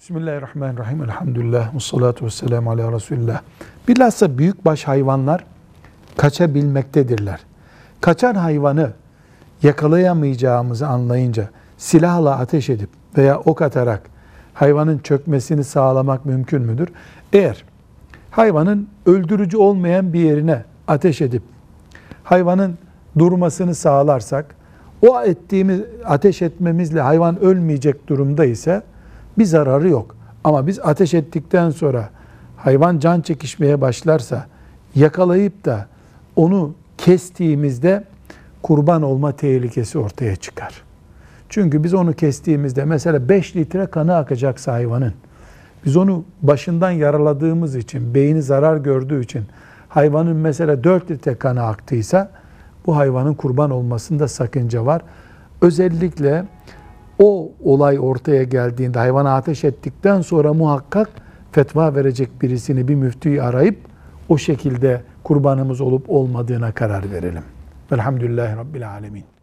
Bismillahirrahmanirrahim. Elhamdülillah. Vessalatu vesselamu ala Resulillah. Bilhassa büyükbaş hayvanlar kaçabilmektedirler. Kaçan hayvanı yakalayamayacağımızı anlayınca silahla ateş edip veya ok atarak hayvanın çökmesini sağlamak mümkün müdür? Eğer hayvanın öldürücü olmayan bir yerine ateş edip hayvanın durmasını sağlarsak, o ettiğimiz ateş etmemizle hayvan ölmeyecek durumda ise bir zararı yok. Ama biz ateş ettikten sonra hayvan can çekişmeye başlarsa, yakalayıp da onu kestiğimizde kurban olma tehlikesi ortaya çıkar. Çünkü biz onu kestiğimizde mesela 5 litre kanı akacaksa hayvanın, biz onu başından yaraladığımız için, beyni zarar gördüğü için hayvanın mesela 4 litre kanı aktıysa bu hayvanın kurban olmasında sakınca var. Özellikle o olay ortaya geldiğinde hayvana ateş ettikten sonra muhakkak fetva verecek birisini, bir müftüyü arayıp o şekilde kurbanımız olup olmadığına karar verelim. Velhamdülillahi Rabbil Alemin.